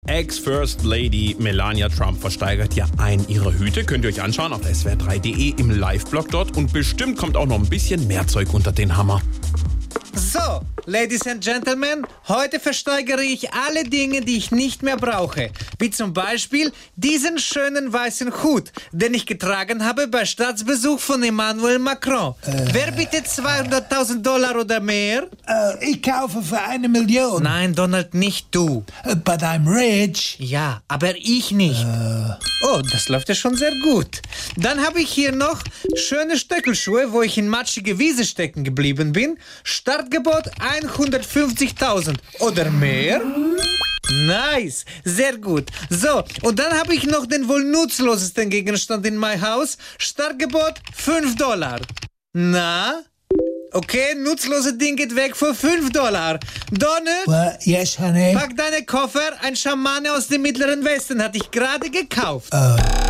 Ex-First Lady Melania Trump versteigert ja einen ihrer Hüte. Könnt ihr euch anschauen auf swr3.de im Live-Blog dort. Und bestimmt kommt auch noch ein bisschen mehr Zeug unter den Hammer. So, Ladies and Gentlemen, heute versteigere ich alle Dinge, die ich nicht mehr brauche. Wie zum Beispiel diesen schönen weißen Hut, den ich getragen habe bei Staatsbesuch von Emmanuel Macron. Wer bietet $200.000 oder mehr? Ich kaufe für 1 Million. Nein, Donald, nicht du. But I'm rich. Ja, aber ich nicht. Oh, das läuft ja schon sehr gut. Dann habe ich hier noch schöne Stöckelschuhe, wo ich in matschige Wiese stecken geblieben bin. Startgebot 150.000 oder mehr. Nice, sehr gut. So, und dann habe ich noch den wohl nutzlosesten Gegenstand in meinem Haus. Startgebot $5. Na? Okay, nutzlose Ding geht weg für $5. Donald? Well, yes, honey. Pack deine Koffer, ein Schamane aus dem Mittleren Westen hat dich gerade gekauft. Oh.